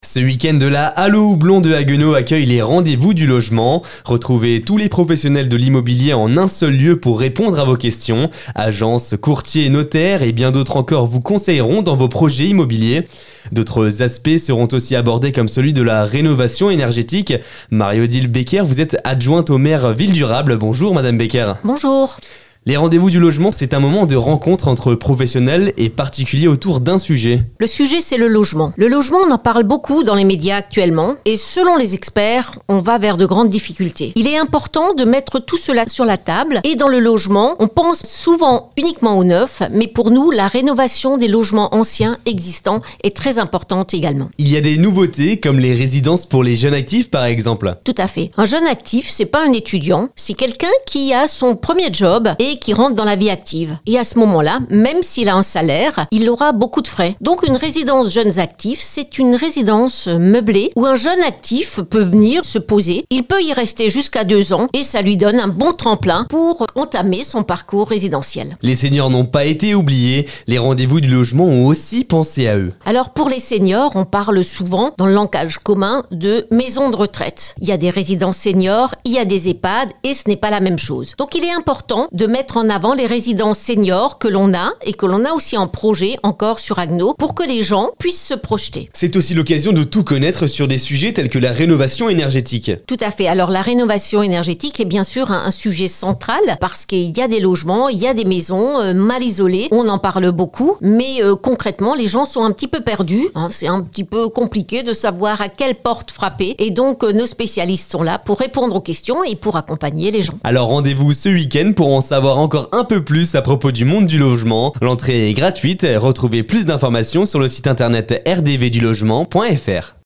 Ce week-end de la Hallo Houblon de Haguenau accueille les rendez-vous du logement. Retrouvez tous les professionnels de l'immobilier en un seul lieu pour répondre à vos questions. Agences, courtiers, notaires et bien d'autres encore vous conseilleront dans vos projets immobiliers. D'autres aspects seront aussi abordés comme celui de la rénovation énergétique. Marie-Odile Becker, vous êtes adjointe au maire Ville Durable. Bonjour Madame Becker. Bonjour. Les rendez-vous du logement, c'est un moment de rencontre entre professionnels et particuliers autour d'un sujet. Le sujet, c'est le logement. Le logement, on en parle beaucoup dans les médias actuellement et selon les experts, on va vers de grandes difficultés. Il est important de mettre tout cela sur la table et dans le logement, on pense souvent uniquement au neuf, mais pour nous, la rénovation des logements anciens existants est très importante également. Il y a des nouveautés comme les résidences pour les jeunes actifs par exemple. Tout à fait. Un jeune actif, c'est pas un étudiant, c'est quelqu'un qui a son premier job et qui rentre dans la vie active. Et à ce moment-là, même s'il a un salaire, il aura beaucoup de frais. Donc une résidence jeunes actifs, c'est une résidence meublée où un jeune actif peut venir se poser. Il peut y rester jusqu'à 2 ans et ça lui donne un bon tremplin pour entamer son parcours résidentiel. Les seniors n'ont pas été oubliés, les rendez-vous du logement ont aussi pensé à eux. Alors pour les seniors, on parle souvent dans le langage commun de maisons de retraite. Il y a des résidences seniors, il y a des EHPAD et ce n'est pas la même chose. Donc il est important de mettre en avant les résidences seniors que l'on a et que l'on a aussi en projet encore sur Haguenau pour que les gens puissent se projeter. C'est aussi l'occasion de tout connaître sur des sujets tels que la rénovation énergétique. Tout à fait. Alors la rénovation énergétique est bien sûr un sujet central parce qu'il y a des logements, il y a des maisons mal isolées. On en parle beaucoup, mais concrètement les gens sont un petit peu perdus. C'est un petit peu compliqué de savoir à quelle porte frapper et donc nos spécialistes sont là pour répondre aux questions et pour accompagner les gens. Alors rendez-vous ce week-end pour en savoir encore un peu plus à propos du monde du logement. L'entrée est gratuite. Retrouvez plus d'informations sur le site internet rdvdulogement.fr.